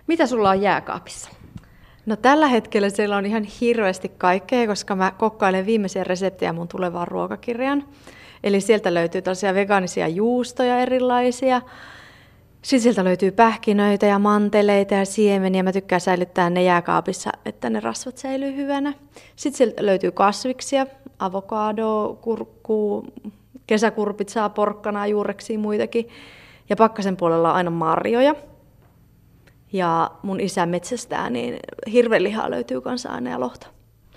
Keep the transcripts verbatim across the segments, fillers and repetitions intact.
Mitä sulla on jääkaapissa? No tällä hetkellä siellä on ihan hirveästi kaikkea, koska mä kokkailen viimeisiä reseptejä mun tulevaan ruokakirjaan. Eli sieltä löytyy tällaisia vegaanisia juustoja erilaisia. Sitten sieltä löytyy pähkinöitä ja manteleita ja siemeniä. Mä tykkään säilyttää ne jääkaapissa, että ne rasvat säilyy hyvänä. Sitten sieltä löytyy kasviksia, avokado, kurkku, kesäkurpitsaa, porkkanaa, juureksia muitakin. Ja pakkasen puolella on aina marjoja. Ja mun isä metsästää, niin hirvelihaa löytyy kanssa aina ja lohta.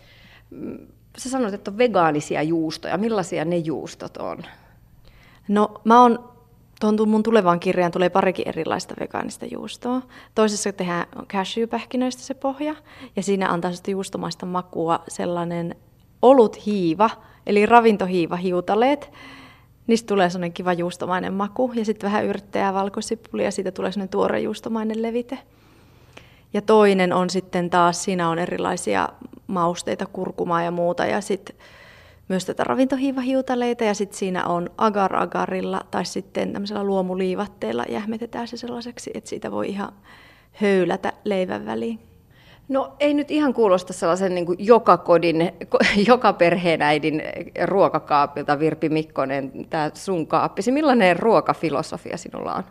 Sä sanoit, että on vegaanisia juustoja. Millaisia ne juustot on? No mä oon, tuon mun tulevaan kirjaan tulee parikin erilaista vegaanista juustoa. Toisessa tehdään cashew-pähkinöistä se pohja. Ja siinä antaa sitä juustomaista makua sellainen oluthiiva, eli ravintohiiva hiutaleet. Niistä tulee sellainen kiva juustomainen maku ja sitten vähän yrttejä ja valkosipulia ja siitä tulee sellainen tuore juustomainen levite. Ja toinen on sitten taas, siinä on erilaisia mausteita, kurkumaa ja muuta ja sitten myös tätä ravintohiivahiutaleita ja sitten siinä on agar-agarilla tai sitten tämmöisellä luomuliivatteella jähmetetään se sellaiseksi, että siitä voi ihan höylätä leivän väliin. No ei nyt ihan kuulosta sellaisen niin kuin joka kodin, joka perheenäidin ruokakaapilta, Virpi Mikkonen, tämä sun kaappisi. Millainen ruokafilosofia sinulla on?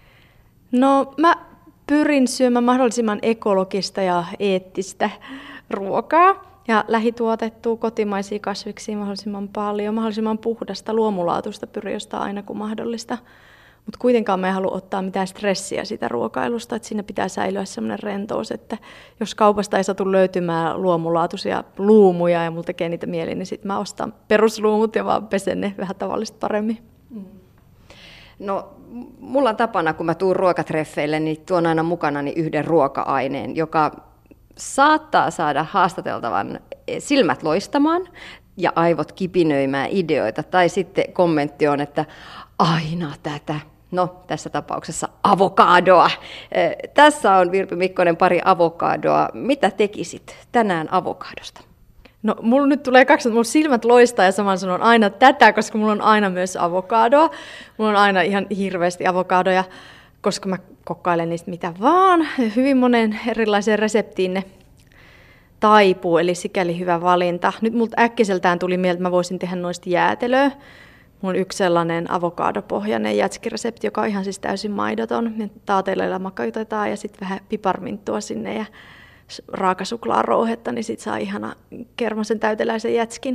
No mä pyrin syömään mahdollisimman ekologista ja eettistä ruokaa ja lähituotettua kotimaisia kasviksia mahdollisimman paljon, mahdollisimman puhdasta luomulaatuista pyrin jostain aina kun mahdollista. Mutta kuitenkaan mä en halua ottaa mitään stressiä siitä ruokailusta, että siinä pitää säilyä sellainen rentous, että jos kaupasta ei satu löytymään luomulaatuisia luumuja ja mulla tekee niitä mieli, niin sitten mä ostan perusluumut ja vaan pesen ne vähän tavallista paremmin. Mm. No mulla on tapana, kun mä tuun ruokatreffeille, niin tuon aina mukanani yhden ruoka-aineen, joka saattaa saada haastateltavan silmät loistamaan ja aivot kipinöimään ideoita, tai sitten kommentti on, että aina tätä. No, tässä tapauksessa avokadoa. Tässä on, Virpi Mikkonen, pari avokadoa. Mitä tekisit tänään avokadosta? No, mulla nyt tulee kaksi, mulla silmät loistaa ja saman sanon aina tätä, koska mulla on aina myös avokadoa. Mulla on aina ihan hirveästi avokadoja, koska mä kokkailen niistä mitä vaan. Hyvin monen erilaiseen reseptiin ne taipuu, eli sikäli hyvä valinta. Nyt multa äkkiseltään tuli mieltä, että mä voisin tehdä noista jäätelöä. Mulla on yksi sellainen avokadopohjainen jätskiresepti, joka on ihan siis täysin maidoton. Taateileilla makeutetaan ja sitten vähän piparminttua sinne ja raakasuklaarouhetta, niin sitten saa ihana kermasen täyteläisen jätskin.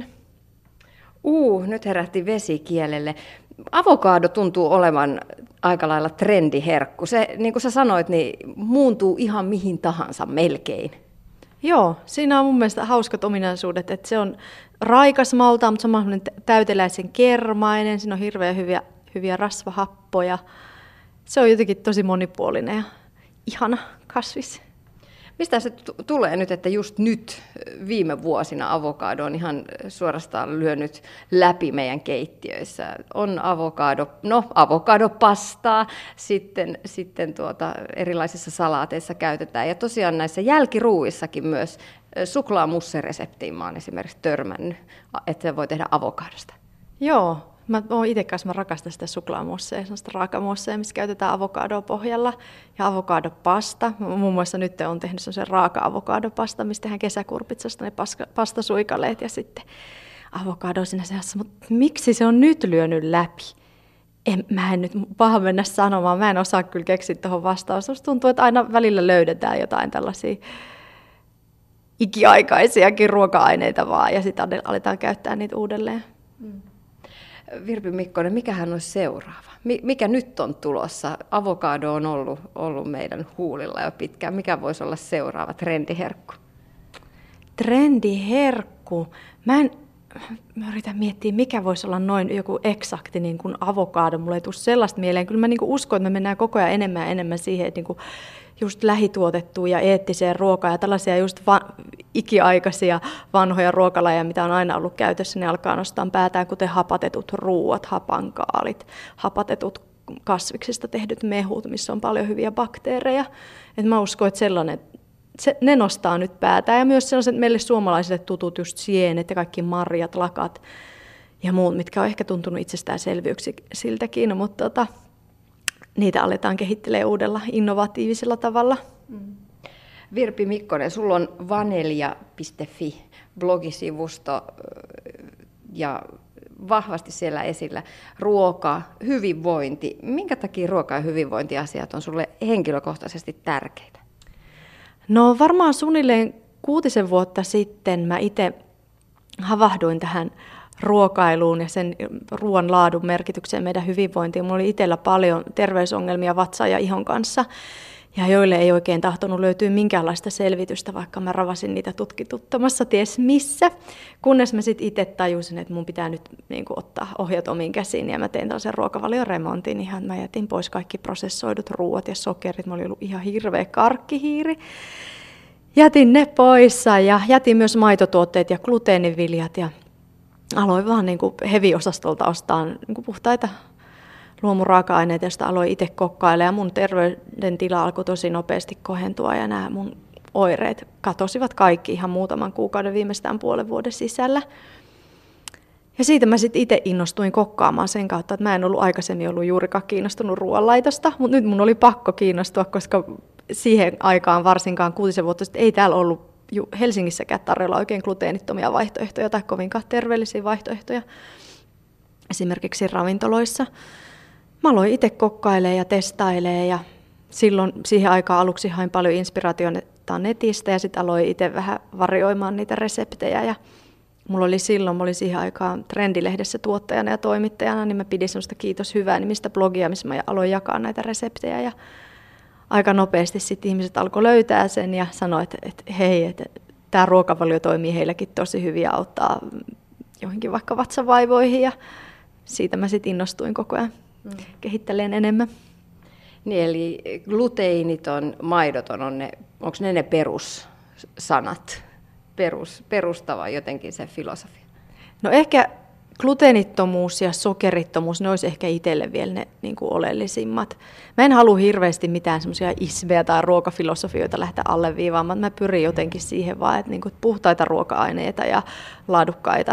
Uu, nyt herähti vesi kielelle. Avokado tuntuu olevan aika lailla trendiherkku. Se, niin kuin sä sanoit, niin muuntuu ihan mihin tahansa melkein. Joo, siinä on mun mielestä hauskat ominaisuudet, että se on raikas malta, mutta samalla täyteläisen kermainen, siinä on hirveän hyviä, hyviä rasvahappoja. Se on jotenkin tosi monipuolinen ja ihana kasvis. Mistä se t- tulee nyt, että just nyt viime vuosina avokado on ihan suorastaan lyönyt läpi meidän keittiöissä? On avokado, no avokadopastaa, sitten, sitten tuota, erilaisissa salaateissa käytetään. Ja tosiaan näissä jälkiruuissakin myös suklaamussereseptiin mä oon esimerkiksi törmännyt, että se voi tehdä avokadosta. Joo. Mä oon itse kanssa, mä rakastan sitä suklaamusseja, sellaista raakamusseja, missä käytetään avokadoa pohjalla ja avokadopasta. Muun muassa nyt on tehnyt sellaisen raaka-avokadopasta, missä tehdään kesäkurpitsasta ne pastasuikaleet ja sitten avokado siinä seassa. Mutta miksi se on nyt lyönyt läpi? En, mä en nyt paha mennä sanomaan, mä en osaa kyllä keksiä tuohon vastausta. Musta tuntuu, että aina välillä löydetään jotain tällaisia ikiaikaisiakin ruoka-aineita vaan ja sitten aletaan käyttää niitä uudelleen. Mm. Virpi Mikkonen, mikähän olisi seuraava? Mikä nyt on tulossa? Avokado on ollut, ollut meidän huulilla jo pitkään. Mikä voisi olla seuraava trendiherkku? Trendiherkku? Mä en mä yritän miettiä, mikä voisi olla noin joku eksakti niin kuin avokado. Mulla ei tule sellaista mieleen. Kyllä mä niin kuin uskon, että me mennään koko ajan enemmän ja enemmän siihen, että niin kuin just lähituotettuun ja eettiseen ruokaan ja tällaisia just va- ikiaikaisia vanhoja ruokalajeja, mitä on aina ollut käytössä, ne alkaa nostaa päätään, kuten hapatetut ruuat, hapankaalit, hapatetut kasviksista tehdyt mehut, missä on paljon hyviä bakteereja. Et mä uskon, että sellainen, se, ne nostaa nyt päätään ja myös sellaiset meille suomalaisille tutut just sienet ja kaikki marjat, lakat ja muut, mitkä on ehkä tuntunut itsestäänselvyyksi siltäkin, mutta tota, niitä aletaan kehittelemään uudella innovatiivisella tavalla. Mm. Virpi Mikkonen, sulla on vanelja piste fi blogisivusto ja vahvasti siellä esillä ruoka, hyvinvointi. Minkä takia ruoka- ja hyvinvointiasiat on sulle henkilökohtaisesti tärkeitä? No varmaan suunnilleen kuutisen vuotta sitten mä itse havahduin tähän ruokailuun ja sen ruoan laadun merkitykseen meidän hyvinvointiin. Mulla oli itsellä paljon terveysongelmia vatsan ja ihon kanssa, ja joille ei oikein tahtonut löytyä minkäänlaista selvitystä, vaikka mä ravasin niitä tutkituttamassa ties missä. Kunnes mä sitten itse tajusin, että mun pitää nyt niin kuin, ottaa ohjat omiin käsiin, ja mä tein tällaisen ruokavalioremontin. Ihan mä jätin pois kaikki prosessoidut ruoat ja sokerit. Mä olin ollut ihan hirveä karkkihiiri. Jätin ne pois ja jätin myös maitotuotteet ja gluteeniviljat ja aloin vaan niin kuin heavy-osastolta ostaa niin kuin puhtaita luomuraaka-aineita, joista aloin itse kokkailemaan. Ja mun terveydentila alkoi tosi nopeasti kohentua ja nämä mun oireet katosivat kaikki ihan muutaman kuukauden viimeistään puolen vuoden sisällä. Ja siitä mä sitten itse innostuin kokkaamaan sen kautta, että mä en ollut aikaisemmin ollut juurikaan kiinnostunut ruoanlaitosta, mutta nyt mun oli pakko kiinnostua, koska siihen aikaan varsinkaan kuutisen vuotta sitten ei täällä ollut Helsingissäkään tarjolla oikein gluteenittomia vaihtoehtoja tai kovinkaan terveellisiä vaihtoehtoja esimerkiksi ravintoloissa. Mä aloin itse kokkailemaan ja testailemaan ja silloin siihen aikaan aluksi hain paljon inspiraatiota netistä ja sitten aloin itse vähän varioimaan niitä reseptejä. Ja mulla oli silloin, mä olin siihen aikaan Trendilehdessä tuottajana ja toimittajana, niin mä pidin semmoista Kiitos hyvää nimistä blogia, missä mä aloin jakaa näitä reseptejä. Ja aika nopeasti sitten ihmiset alkoi löytää sen ja sanoi, että, että hei, että tämä ruokavalio toimii heilläkin tosi hyvin ja auttaa johonkin vaikka vatsavaivoihin ja siitä mä sitten innostuin koko ajan mm. kehittelemään enemmän. Niin, eli gluteiniton, maidoton, on ne, onko ne ne perussanat, Perus, perustava jotenkin se filosofia? No ehkä gluteenittomuus ja sokerittomuus, ne olisi ehkä itselle vielä ne niin kuin oleellisimmat. Mä en halua hirveästi mitään semmoisia isveä tai ruokafilosofioita lähteä alleviivaamaan. Mä pyrin jotenkin siihen vaan, että niin kuin puhtaita ruoka-aineita ja laadukkaita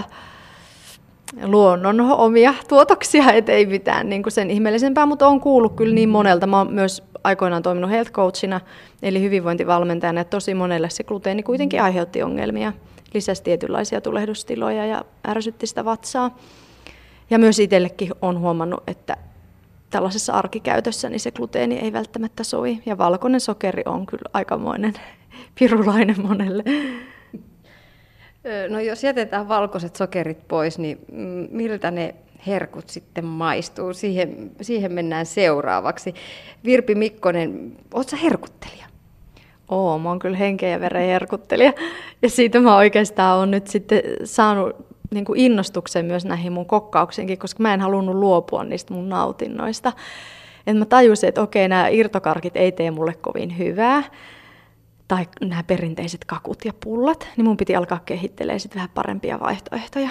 luonnon omia tuotoksia, et ei mitään niin kuin sen ihmeellisempää, mutta olen kuullut kyllä niin monelta. Mä oon myös aikoinaan toiminut health coachina, eli hyvinvointivalmentajana, että tosi monelle se gluteeni kuitenkin aiheutti ongelmia. Lisäsi tietynlaisia tulehdustiloja ja ärsytti sitä vatsaa. Ja myös itsellekin olen huomannut, että tällaisessa arkikäytössä niin se gluteeni ei välttämättä sovi. Ja valkoinen sokeri on kyllä aikamoinen pirulainen monelle. No jos jätetään valkoiset sokerit pois, niin miltä ne herkut sitten maistuu? Siihen, siihen mennään seuraavaksi. Virpi Mikkonen, ootko sä herkuttelija? Oo, mä oon kyllä henkeä ja veren herkuttelija. Ja siitä mä oikeastaan oon nyt sitten saanut niin kuin innostuksen myös näihin mun kokkauksiinkin, koska mä en halunnut luopua niistä mun nautinnoista. Et mä tajusin, että okei, nämä irtokarkit ei tee mulle kovin hyvää, tai nämä perinteiset kakut ja pullat, niin mun piti alkaa kehittelemään sitten vähän parempia vaihtoehtoja.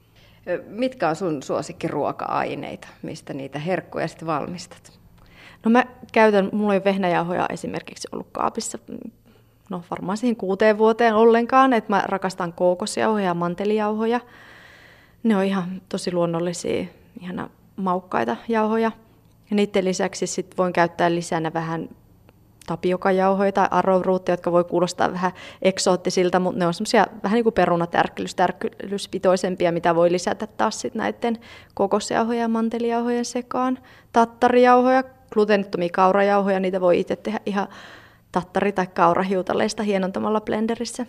Mitkä on sun suosikkiruoka-aineita, mistä niitä herkkuja sitten valmistat? No mä käytän, mulla ei vehnäjauhoja esimerkiksi ollut kaapissa, no varmaan siihen kuuteen vuoteen ollenkaan, että mä rakastan kookosjauhoja ja mantelijauhoja. Ne on ihan tosi luonnollisia, ihana maukkaita jauhoja. Ja niiden lisäksi sit voin käyttää lisänä vähän tapiokajauhoja tai arrowrootteja, jotka voi kuulostaa vähän eksoottisilta, mutta ne on semmoisia vähän niin kuin perunatärkkylys, tärkkelyspitoisempia, mitä voi lisätä taas sit näiden kokosjauhoja ja mantelijauhojen sekaan. Tattarijauhoja, gluteenittomia kaurajauhoja, niitä voi itse tehdä ihan tattari- tai kaurahiutaleista hienontamalla blenderissä.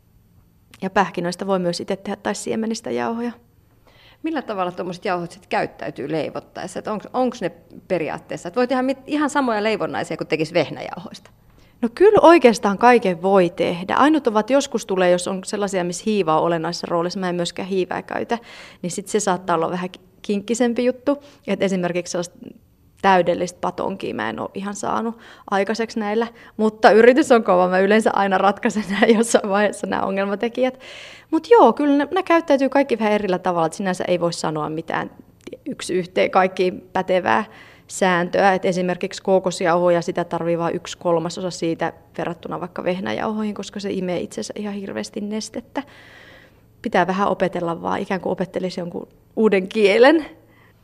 Ja pähkinöistä voi myös itse tehdä tai siemenistä jauhoja. Millä tavalla tuommoiset jauhot sitten käyttäytyy leivottaessa? Onko ne periaatteessa, että voi tehdä mit, ihan samoja leivonnaisia kuin tekisi vehnäjauhoista? No kyllä oikeastaan kaiken voi tehdä. Ainut ovat joskus tulee, jos on sellaisia, missä hiiva on olennaisessa roolissa, mä en myöskään hiivää käytä, niin sitten se saattaa olla vähän kinkkisempi juttu. Et esimerkiksi sellaista täydellistä patonkia mä en ole ihan saanut aikaiseksi näillä, mutta yritys on kova. Mä yleensä aina ratkaisen nämä jossain vaiheessa nämä ongelmatekijät. Mutta joo, kyllä ne, ne käyttäytyy kaikki vähän erillä tavalla, että sinänsä ei voi sanoa mitään yksi yhteen kaikkiin pätevää sääntöä. Et esimerkiksi kookosjauhoja, sitä tarvii vain yksi kolmasosa siitä verrattuna vaikka vehnäjauhoihin, koska se imee itsensä ihan hirveästi nestettä. Pitää vähän opetella vaan, ikään kuin opettelisi jonkun uuden kielen.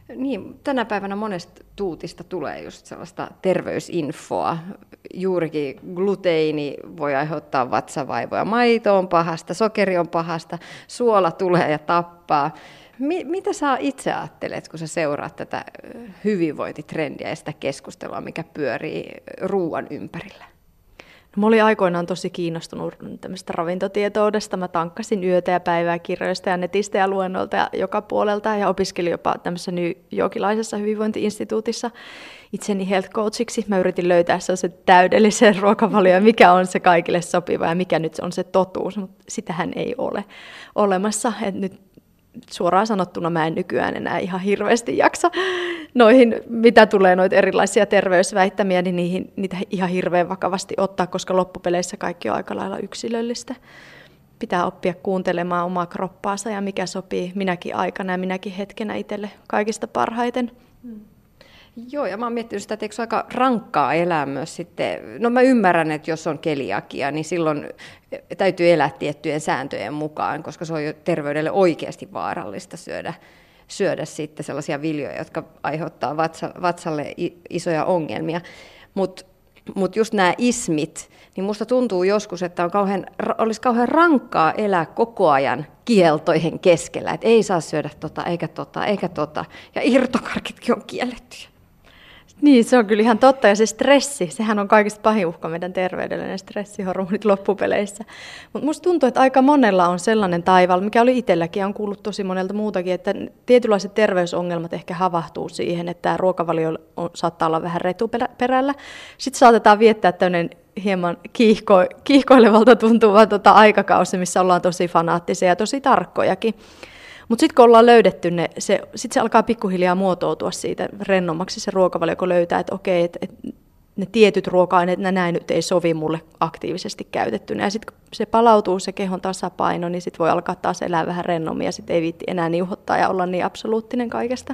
Niin, tänä päivänä monesta tuutista tulee just sellaista terveysinfoa. Juurikin gluteini voi aiheuttaa vatsavaivoja, maito on pahasta, sokeri on pahasta, suola tulee ja tappaa. Mitä sä itse ajattelet, kun sä seuraat tätä hyvinvointitrendiä ja sitä keskustelua, mikä pyörii ruoan ympärillä? No, mä olin aikoinaan tosi kiinnostunut tämmöistä ravintotietoudesta. Mä tankkasin yötä ja päivää kirjoista ja netistä ja luennoilta ja joka puolelta ja opiskelin jopa tämmöisessä New Yorkilaisessa hyvinvointi-instituutissa itseni health coachiksi. Mä yritin löytää sellaisen täydellisen ruokavalion, mikä on se kaikille sopiva ja mikä nyt on se totuus, mutta sitähän ei ole olemassa. Et nyt suoraan sanottuna mä en nykyään enää ihan hirveästi jaksa noihin, mitä tulee noita erilaisia terveysväittämiä, niin niihin, niitä ihan hirveän vakavasti ottaa, koska loppupeleissä kaikki on aika lailla yksilöllistä. Pitää oppia kuuntelemaan omaa kroppaansa ja mikä sopii minäkin aikana ja minäkin hetkenä itselle kaikista parhaiten. Hmm. Joo, ja mä oon miettinyt sitä, että eikö se aika rankkaa elää myös sitten. No mä ymmärrän, että jos on keliakia, niin silloin täytyy elää tiettyjen sääntöjen mukaan, koska se on jo terveydelle oikeasti vaarallista syödä, syödä sitten sellaisia viljoja, jotka aiheuttaa vatsa, vatsalle isoja ongelmia. Mutta mut just nämä ismit, niin musta tuntuu joskus, että on kauhean, olisi kauhean rankkaa elää koko ajan kieltojen keskellä, että ei saa syödä tota, eikä tota, eikä tota, ja irtokarkitkin on kiellettyjä. Niin, se on kyllä ihan totta. Ja se stressi, sehän on kaikista pahin uhka meidän terveydelle, ne stressihormonit loppupeleissä. Mutta musta tuntuu, että aika monella on sellainen taival, mikä oli itselläkin, on kuullut tosi monelta muutakin, että tietynlaiset terveysongelmat ehkä havahtuu siihen, että tämä ruokavalio on, saattaa olla vähän retuperällä. Sitten saatetaan viettää tämmöinen hieman kiihko, kiihkoilevalta tuntuva tota aikakausi, missä ollaan tosi fanaattisia ja tosi tarkkojakin. Mutta sitten kun ollaan löydetty ne, se, sit se alkaa pikkuhiljaa muotoutua siitä rennommaksi se ruokavalio, kun löytää, että okei, että et ne tietyt ruoka-aineet, näin nyt ei sovi mulle aktiivisesti käytettynä. Ja sitten kun se palautuu se kehon tasapaino, niin sitten voi alkaa taas elää vähän rennommin ja sitten ei viitti enää niuhottaa ja olla niin absoluuttinen kaikesta.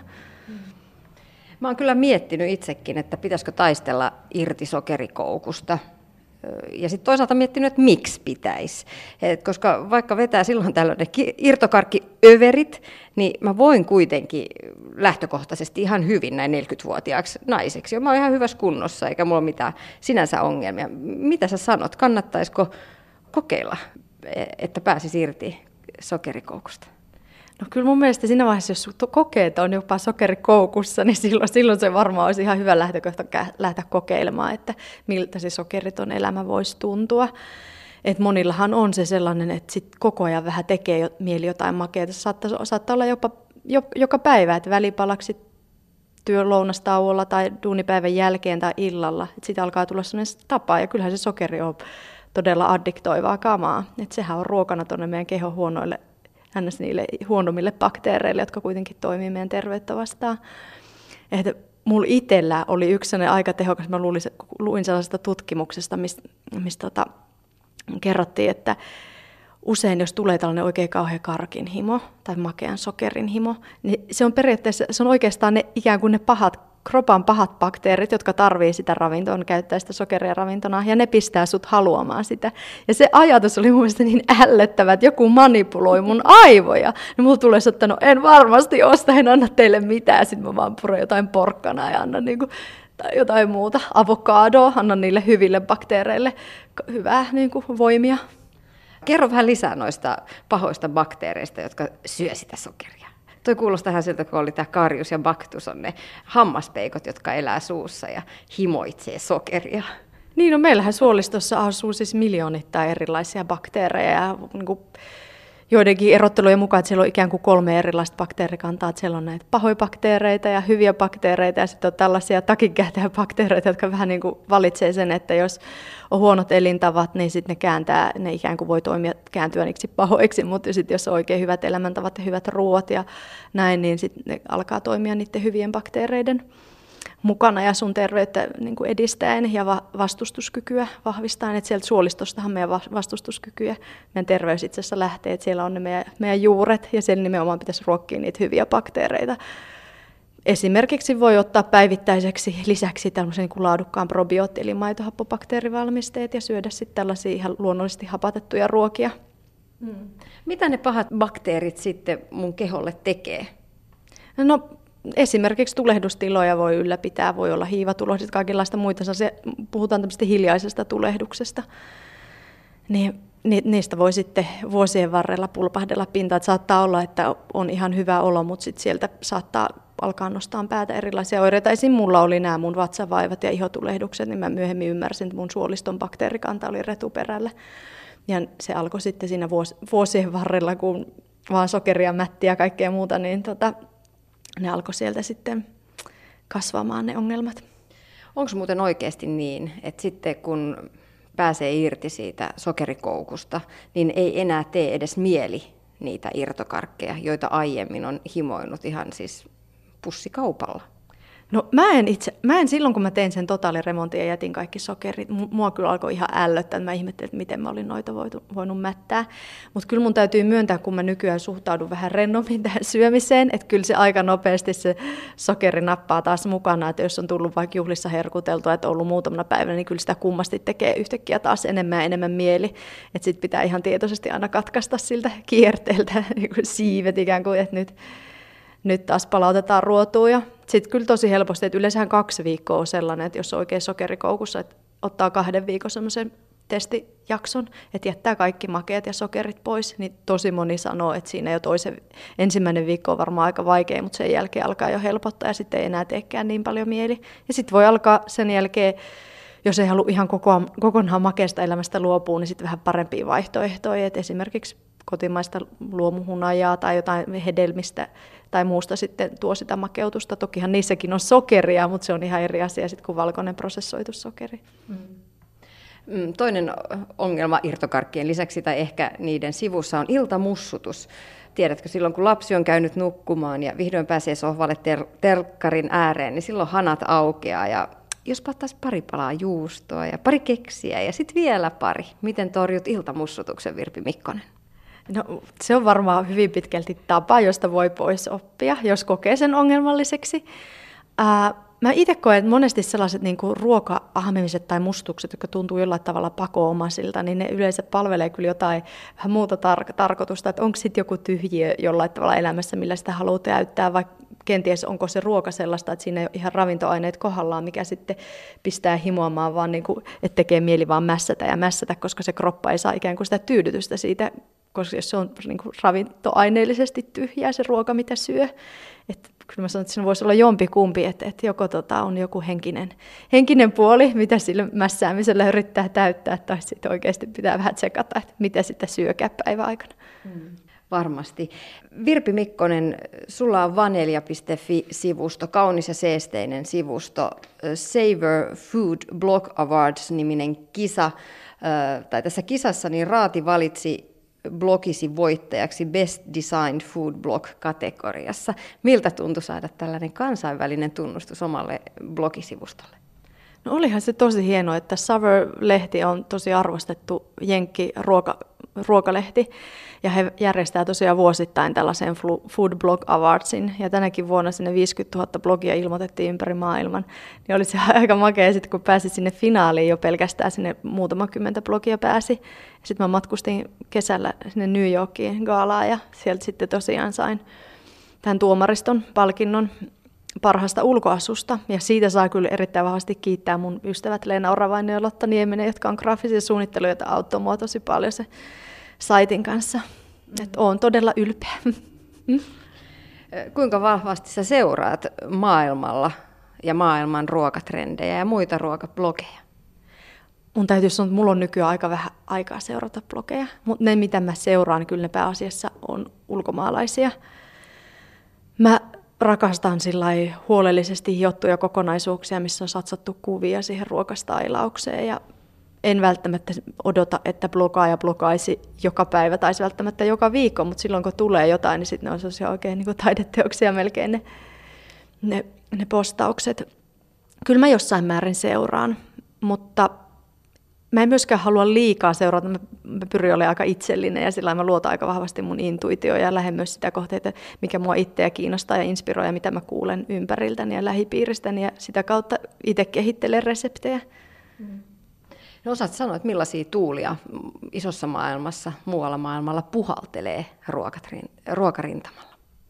Mä oon kyllä miettinyt itsekin, että pitäisikö taistella irti sokerikoukusta. Ja sitten toisaalta miettinyt, että miksi pitäisi. Et koska vaikka vetää silloin tällöin ne irtokarkkiöverit, niin mä voin kuitenkin lähtökohtaisesti ihan hyvin näin neljäkymmentävuotiaaksi naiseksi. Mä oon ihan hyvässä kunnossa, eikä mulla ole mitään sinänsä ongelmia. Mitä sä sanot, kannattaisiko kokeilla, että pääsisi irti sokerikoukusta? No kyllä mun mielestä siinä vaiheessa, jos kokeet on jopa sokerikoukussa, niin silloin, silloin se varmaan olisi ihan hyvä lähtökohta lähteä kokeilemaan, että miltä se sokeriton elämä voisi tuntua. Et monillahan on se sellainen, että sit koko ajan vähän tekee mieli jotain makeata. Se saattaa, saattaa olla jopa joka päivä, että välipalaksi työ lounastauolla tai duunipäivän jälkeen tai illalla. Sitten alkaa tulla sellainen tapa, ja kyllähän se sokeri on todella addiktoivaa kamaa. Et sehän on ruokana tuonne meidän kehon huonoille ns. Niille huonommille bakteereille, jotka kuitenkin toimii meidän terveyttä vastaan. Että mulla itsellä oli yksi sellainen aika tehokas, mä luulin, luin sellaisesta tutkimuksesta, missä mis tota, kerrottiin, että usein jos tulee tällainen oikein kauhea karkin himo tai makean sokerin himo, niin se on periaatteessa, se on oikeastaan ne ikään kuin ne pahat, kropan pahat bakteerit, jotka tarvii sitä ravintoa, käyttää sitä sokeria ravintona, ja ne pistää sut haluamaan sitä. Ja se ajatus oli mun mielestä niin ällöttävä, että joku manipuloi mun aivoja. Niin mulla tulee että no en varmasti osta, en anna teille mitään. Sitten mä vaan puron jotain porkkanaa ja annan niinku, tai jotain muuta, avokadoa, annan niille hyville bakteereille hyvää niinku, voimia. Kerro vähän lisää noista pahoista bakteereista, jotka syö sitä sokeria. Toi kuulostaa ihan siltä, kun oli tämä Karius ja Bactus on ne hammaspeikot, jotka elää suussa ja himoitsee sokeria. Niin, no meillähän suolistossa asuu siis miljoonittain erilaisia bakteereja ja niin kuin joidenkin erottelujen mukaan, että siellä on ikään kuin kolme erilaista bakteerikantaa, että siellä on näitä pahoja bakteereita ja hyviä bakteereita ja sitten on tällaisia takinkääntäjäbakteereita, jotka vähän niin kuin valitsee sen, että jos on huonot elintavat, niin sitten ne kääntää, ne ikään kuin voi toimia kääntyä niiksi pahoiksi, mutta sitten jos on oikein hyvät elämäntavat ja hyvät ruoat ja näin, niin sitten ne alkaa toimia niiden hyvien bakteereiden mukana ja sun terveyttä niin kuin edistäen ja vastustuskykyä vahvistaen. Että sieltä suolistostahan meidän vastustuskykyä, meidän terveys itse asiassa lähtee, että siellä on ne meidän, meidän juuret ja siellä nimenomaan pitäisi ruokkia niitä hyviä bakteereita. Esimerkiksi voi ottaa päivittäiseksi lisäksi tämmöisen niin laadukkaan probiooti- eli maitohappobakteerivalmisteet ja syödä sitten tällaisia ihan luonnollisesti hapatettuja ruokia. Hmm. Mitä ne pahat bakteerit sitten mun keholle tekee? No esimerkiksi tulehdustiloja voi ylläpitää, voi olla hiivatulohdit, kaikenlaista muita. Se, puhutaan tämmöistä hiljaisesta tulehduksesta. Niin, ni, niistä voi sitten vuosien varrella pulpahdella pintaan. Että saattaa olla, että on ihan hyvä olo, mutta sit sieltä saattaa alkaa nostaa päätä erilaisia oireita. Esim. Mulla oli nämä mun vatsavaivat ja ihotulehdukset, niin mä myöhemmin ymmärsin, että mun suoliston bakteerikanta oli retuperällä. Ja se alkoi sitten siinä vuos, vuosien varrella, kun vaan sokeria, mättiä ja kaikkea muuta, niin tota, ne alkoi sieltä sitten kasvamaan ne ongelmat. Onko muuten oikeasti niin, että sitten kun pääsee irti siitä sokerikoukusta, niin ei enää tee edes mieli niitä irtokarkkeja, joita aiemmin on himoinut ihan siis pussikaupalla? No mä en itse, mä en silloin kun mä tein sen totaaliremontin ja jätin kaikki sokerit, mua kyllä alkoi ihan ällöttää, että mä ihmettelin, että miten mä olin noita voitu, voinut mättää. Mutta kyllä mun täytyy myöntää, kun mä nykyään suhtaudun vähän rennommin tähän syömiseen, että kyllä se aika nopeasti se sokeri nappaa taas mukana, että jos on tullut vaikka juhlissa herkuteltua, että on ollut muutamana päivänä, niin kyllä sitä kummasti tekee yhtäkkiä taas enemmän ja enemmän mieli. Että sit pitää ihan tietoisesti aina katkaista siltä kierteeltä niin kuin siivet ikään kuin, että nyt... Nyt taas palautetaan ruotuun ja sitten kyllä tosi helposti, että yleensähän kaksi viikkoa on sellainen, että jos on oikein sokerikoukussa, että ottaa kahden viikon semmoisen testijakson, että jättää kaikki makeat ja sokerit pois, niin tosi moni sanoo, että siinä jo toisen, ensimmäinen viikko on varmaan aika vaikea, mutta sen jälkeen alkaa jo helpottaa ja sitten ei enää teekään niin paljon mieli. Ja sitten voi alkaa sen jälkeen, jos ei halua ihan koko, kokonaan makeasta elämästä luopua, niin sitten vähän parempia vaihtoehtoja, että esimerkiksi kotimaista luomuhunajaa tai jotain hedelmistä tai muusta sitten tuo sitä makeutusta. Tokihan niissäkin on sokeria, mutta se on ihan eri asia sitten kuin valkoinen prosessoitu sokeri. Mm. Toinen ongelma irtokarkkien lisäksi tai ehkä niiden sivussa on iltamussutus. Tiedätkö, silloin kun lapsi on käynyt nukkumaan ja vihdoin pääsee sohvalle ter- telkkarin ääreen, niin silloin hanat aukeaa ja jos ottaisi pari palaa juustoa ja pari keksiä ja sitten vielä pari. Miten torjut iltamussutuksen, Virpi Mikkonen? No, se on varmaan hyvin pitkälti tapa, josta voi pois oppia, jos kokee sen ongelmalliseksi. Ää, mä itse koen, että monesti sellaiset niin kuin ruoka-ahmimiset tai mustukset, jotka tuntuu jollain tavalla pako-omaisilta, niin ne yleensä palvelee kyllä jotain vähän muuta tar- tarkoitusta, että onko sitten joku tyhjiö jollain tavalla elämässä, millä sitä haluaa täyttää, vai kenties onko se ruoka sellaista, että siinä ei ole ihan ravintoaineet kohdallaan, mikä sitten pistää himoamaan, vaan niin kuin, että tekee mieli vaan mässätä ja mässätä, koska se kroppa ei saa ikään kuin sitä tyydytystä siitä, koska jos se on niin kuin ravintoaineellisesti tyhjää se ruoka, mitä syö. Että kyllä mä sanon, että siinä voisi olla jompikumpi, että, että joko tota on joku henkinen, henkinen puoli, mitä sillä mässäämisellä yrittää täyttää, tai sitten oikeasti pitää vähän tsekata, että mitä sitä syökää päivän aikana. Hmm. Varmasti. Virpi Mikkonen, sulla on vanelja piste fi-sivusto, kaunis ja seesteinen sivusto, Savor Food Blog Awards-niminen kisa, tai tässä kisassa niin Raati valitsi blogisi voittajaksi Best Designed Food Blog-kategoriassa. Miltä tuntui saada tällainen kansainvälinen tunnustus omalle blogisivustolle? No olihan se tosi hienoa, että Savor-lehti on tosi arvostettu jenkki ruoka, ruokalehti, ja he järjestää tosiaan vuosittain tällaisen Food Blog Awardsin, ja tänäkin vuonna sinne viisikymmentätuhatta blogia ilmoitettiin ympäri maailman, niin oli se aika makea sitten, kun pääsi sinne finaaliin jo pelkästään, sinne muutama kymmentä blogia pääsi. Sitten mä matkustin kesällä sinne New Yorkiin gaalaan, ja sieltä sitten tosiaan sain tämän tuomariston palkinnon parhaasta ulkoasusta, ja siitä saa kyllä erittäin vahvasti kiittää mun ystävät Leena Oravainen ja Lotta Nieminen, jotka on graafisia suunnitteluja, joita auttoi mua tosi paljon se saitin kanssa. Mm. Että oon todella ylpeä. Mm. Kuinka vahvasti sä seuraat maailmalla ja maailman ruokatrendejä ja muita ruokablogeja? Mun täytyy sanoa, että mulla on nykyään aika vähän aikaa seurata blogeja, mutta ne mitä mä seuraan, niin kyllä ne pääasiassa on ulkomaalaisia. Mä rakastan sillai huolellisesti hiottuja kokonaisuuksia, missä on satsattu kuvia siihen ruokastailaukseen, ja en välttämättä odota, että blogaaja blogaisi joka päivä tai välttämättä joka viikko, mutta silloin kun tulee jotain, niin sitten ne on sellaisia oikein niin kuin taideteoksia melkein ne, ne, ne postaukset. Kyllä mä jossain määrin seuraan, mutta mä en myöskään halua liikaa seurata. Mä pyrin olemaan aika itsellinen ja sillä mä luotan aika vahvasti mun intuitioon ja lähden myös sitä kohteita, mikä mua itseä kiinnostaa ja inspiroi ja mitä mä kuulen ympäriltäni ja lähipiiristäni ja sitä kautta itse kehittelen reseptejä. Mm. No osaat sanoa, että millaisia tuulia isossa maailmassa, muualla maailmalla puhaltelee ruokarintamalla?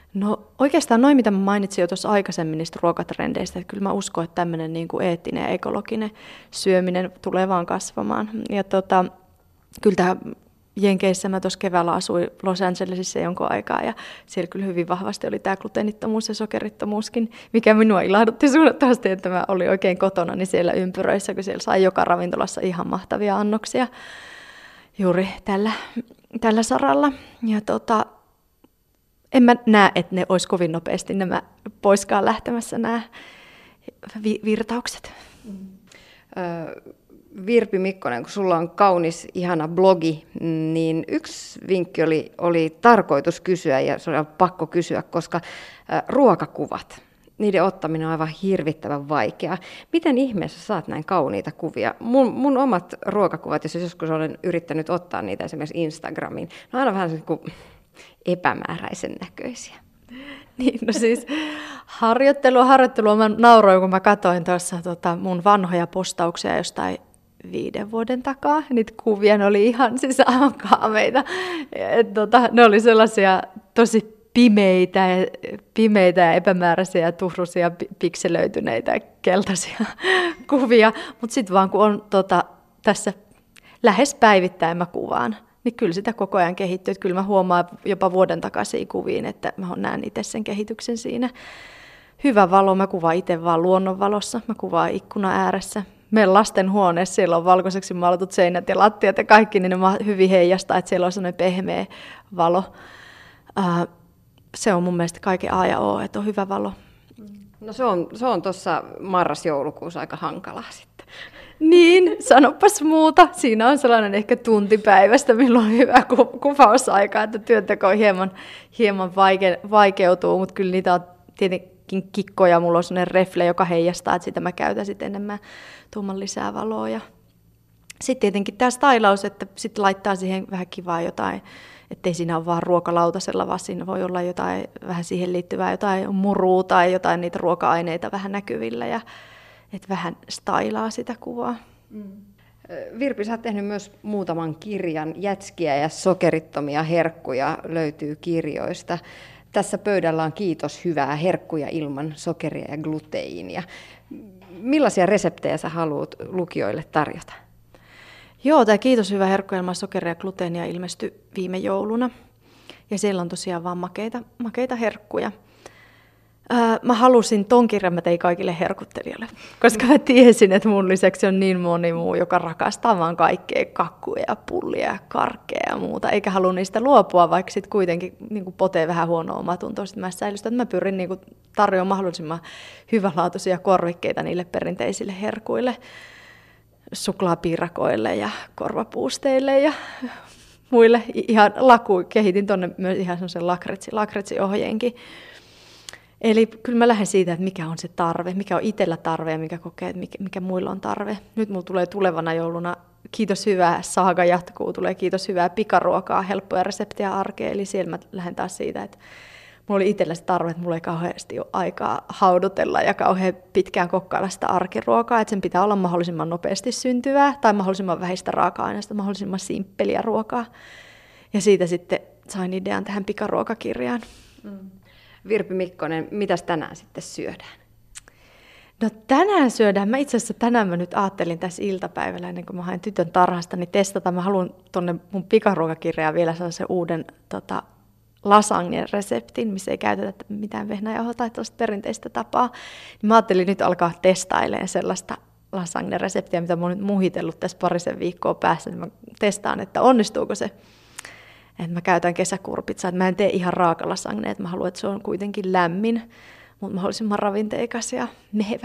No oikeastaan noin, mitä mä mainitsin jo tuossa aikaisemmin niistä ruokatrendeistä, että kyllä mä uskon, että tämmöinen niin kuin eettinen ja ekologinen syöminen tulee vaan kasvamaan. Ja tota, kyllä tämä Jenkeissä mä tuossa keväällä asuin Los Angelesissa jonkun aikaa ja siellä kyllä hyvin vahvasti oli tämä gluteenittomuus ja sokerittomuuskin, mikä minua ilahdutti suunnattomasti, että mä olin oikein kotona niin siellä ympyröissä, kun siellä sai joka ravintolassa ihan mahtavia annoksia juuri tällä, tällä saralla. Ja tota, en mä näe, että ne olisi kovin nopeasti nämä poiskaan lähtemässä nämä vi- virtaukset. Mm. Ö- Virpi Mikkonen, kun sulla on kaunis, ihana blogi, niin yksi vinkki oli, oli tarkoitus kysyä, ja se oli pakko kysyä, koska ruokakuvat, niiden ottaminen on aivan hirvittävän vaikeaa. Miten ihmeessä saat näin kauniita kuvia? Mun, mun omat ruokakuvat, jos joskus olen yrittänyt ottaa niitä esimerkiksi Instagramiin, ne on aina vähän niin kuin epämääräisen näköisiä. Niin, no siis harjoittelua, harjoittelua. Mä nauroin, kun mä katsoin tuossa tota, mun vanhoja postauksia jostain viiden vuoden takaa. Niitä kuvia, ne oli ihan siis aivan kaameita. Et, tota, ne oli sellaisia tosi pimeitä ja, pimeitä ja epämääräisiä ja tuhruisia, pikselöityneitä, keltaisia kuvia. Mutta sitten vaan kun on tota, tässä lähes päivittäin mä kuvaan, niin kyllä sitä koko ajan kehittyy. Että kyllä mä huomaan jopa vuoden takaisiin kuviin, että mä näen itse sen kehityksen siinä. Hyvä valo, mä kuvaan itse vaan luonnonvalossa, mä kuvaan ikkuna ääressä. Meidän lasten huoneessa siellä on valkoiseksi maalatut seinät ja lattiat ja kaikki, niin ne hyvin heijastaa, että siellä on sellainen pehmeä valo. Se on mun mielestä kaiken A ja O, että on hyvä valo. No se on, se on tuossa marras-joulukuussa aika hankalaa sitten. Niin, sanopas muuta. Siinä on sellainen ehkä tunti päivästä, milloin on hyvä ku- kuvausaika, että työnteko hieman, hieman vaike- vaikeutuu, mutta kyllä niitä on tietenkin kikkoja. Mulla on sellainen refle, joka heijastaa, että sitä mä käytän sitten enemmän tuoman lisää valoa. Ja sitten tietenkin tämä stylaus, että sitten laittaa siihen vähän kivaa jotain, ettei siinä ole vaan ruokalautasella, vaan siinä voi olla jotain vähän siihen liittyvää, jotain murua tai jotain niitä ruoka-aineita vähän näkyvillä ja että vähän stylaa sitä kuvaa. Mm. Virpi, sä oot tehnyt myös muutaman kirjan. Jätskiä ja sokerittomia herkkuja löytyy kirjoista. Tässä pöydällä on kiitos hyvää herkkuja ilman sokeria ja gluteiinia. Millaisia reseptejä sä haluat lukijoille tarjota? Joo, tämä kiitos hyvää herkkuja ilman sokeria ja gluteenia ilmestyi viime jouluna. Ja siellä on tosiaan vaan makeita, makeita herkkuja. Mä halusin ton kirjan, mä tein kaikille herkuttelijoille, koska mä tiesin, että mun lisäksi on niin moni muu, joka rakastaa vaan kaikkea kakkuja ja pullia ja karkkeja ja muuta, eikä halua niistä luopua, vaikka sitten kuitenkin niin potee vähän huonoa omatuntoa. Sitten mä säilystän, että mä pyrin niin tarjoamaan mahdollisimman hyvänlaatuisia korvikkeita niille perinteisille herkuille, suklaapiirakoille ja korvapuusteille ja muille. Ihan laku, kehitin tuonne myös ihan semmoisen lakretsi, lakretsiohjeenkin. Eli kyllä mä lähden siitä, että mikä on se tarve, mikä on itsellä tarve ja mikä kokee, että mikä, mikä muilla on tarve. Nyt mulla tulee tulevana jouluna, kiitos hyvää, saaga jatkuu, tulee kiitos hyvää pikaruokaa, helppoja reseptejä arkeen. Eli siellä mä lähden taas siitä, että mulla oli itsellä se tarve, että mulla ei kauheasti ole aikaa haudutella ja kauhean pitkään kokkailla sitä arkiruokaa, että sen pitää olla mahdollisimman nopeasti syntyvää tai mahdollisimman vähistä raaka-aineista, mahdollisimman simppeliä ruokaa. Ja siitä sitten sain idean tähän pikaruokakirjaan. Mm. Virpi Mikkonen, mitäs tänään sitten syödään? No tänään syödään. Mä itse asiassa tänään mä nyt ajattelin tässä iltapäivällä, ennen kuin mä hain tytön tarhasta, niin testata. Mä haluan tuonne mun pikaruokakirjaan vielä sellaisen uuden tota, lasagne-reseptin, missä ei käytetä mitään vehnäjauhoa tai tuollaista perinteistä tapaa. Niin mä ajattelin nyt alkaa testailemaan sellaista lasagne-reseptiä, mitä mä oon nyt muhitellut tässä parisen viikkoa päässä. Niin mä testaan, että onnistuuko se. Että mä käytän kesäkurpitsaa, että mä en tee ihan raaka lasagne, että mä haluan, että se on kuitenkin lämmin, mutta mahdollisimman ravinteikas ja mehevä.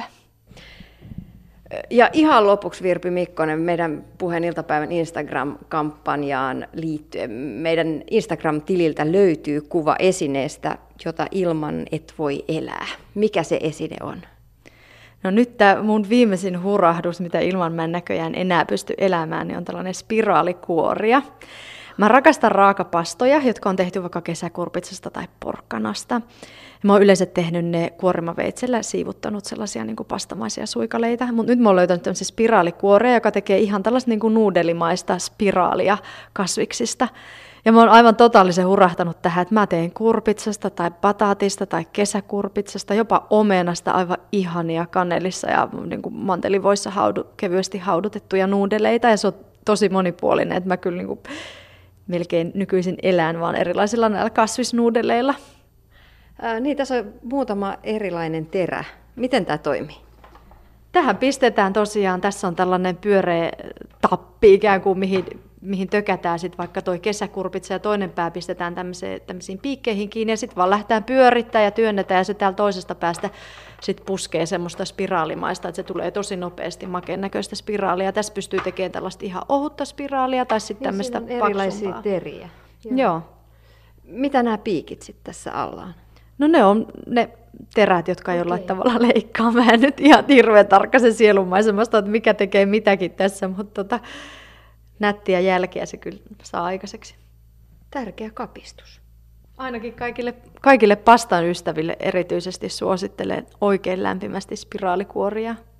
Ja ihan lopuksi Virpi Mikkonen, meidän Puheen iltapäivän Instagram-kampanjaan liittyen. Meidän Instagram-tililtä löytyy kuva esineestä, jota ilman et voi elää. Mikä se esine on? No nyt tämä mun viimeisin hurahdus, mitä ilman mä en näköjään enää pysty elämään, niin on tällainen spiraalikuoria. Mä rakastan raakapastoja, jotka on tehty vaikka kesäkurpitsasta tai porkkanasta. Mä oon yleensä tehnyt ne kuorimaveitsellä, siivuttanut sellaisia niin kuin pastamaisia suikaleita. Mutta nyt mä oon löytänyt tämmöisen spiraalikuoria, joka tekee ihan tällaista niin kuin nuudelimaista spiraalia kasviksista. Ja mä oon aivan totaalisen hurahtanut tähän, että mä teen kurpitsasta tai bataatista tai kesäkurpitsasta, jopa omenasta aivan ihania kanelissa ja niin kuin mantelivoissa haudu, kevyesti haudutettuja nuudeleita. Ja se on tosi monipuolinen, että mä kyllä niin kuin melkein nykyisin elän vaan erilaisilla näillä kasvisnuudeleilla. Ää, niin, tässä on muutama erilainen terä. Miten tämä toimii? Tähän pistetään tosiaan, tässä on tällainen pyöreä tappi ikään kuin, mihin, mihin tökätään sitten vaikka toi kesäkurpitsa ja toinen pää pistetään tämmöisiin piikkeihin kiinni ja sitten vaan lähdetään pyörittämään ja työnnetään ja se täällä toisesta päästä sitten puskee semmoista spiraalimaista, että se tulee tosi nopeasti makeen näköistä spiraalia. Tässä pystyy tekemään tällaista ihan ohutta spiraalia tai sitten tämmöistä paksumpaa. Erilaisia teriä. Joo. Joo. Mitä nämä piikit sitten tässä alla on? No ne on ne terät, jotka okay. jollain tavalla leikkaa. Mä en nyt ihan hirveän tarkka sen sielunmaisemasta, että mikä tekee mitäkin tässä, mutta tota, nättiä jälkeä se kyllä saa aikaiseksi. Tärkeä kapistus. Ainakin kaikille, kaikille pastan ystäville erityisesti suosittelen oikein lämpimästi spiraalikuoria.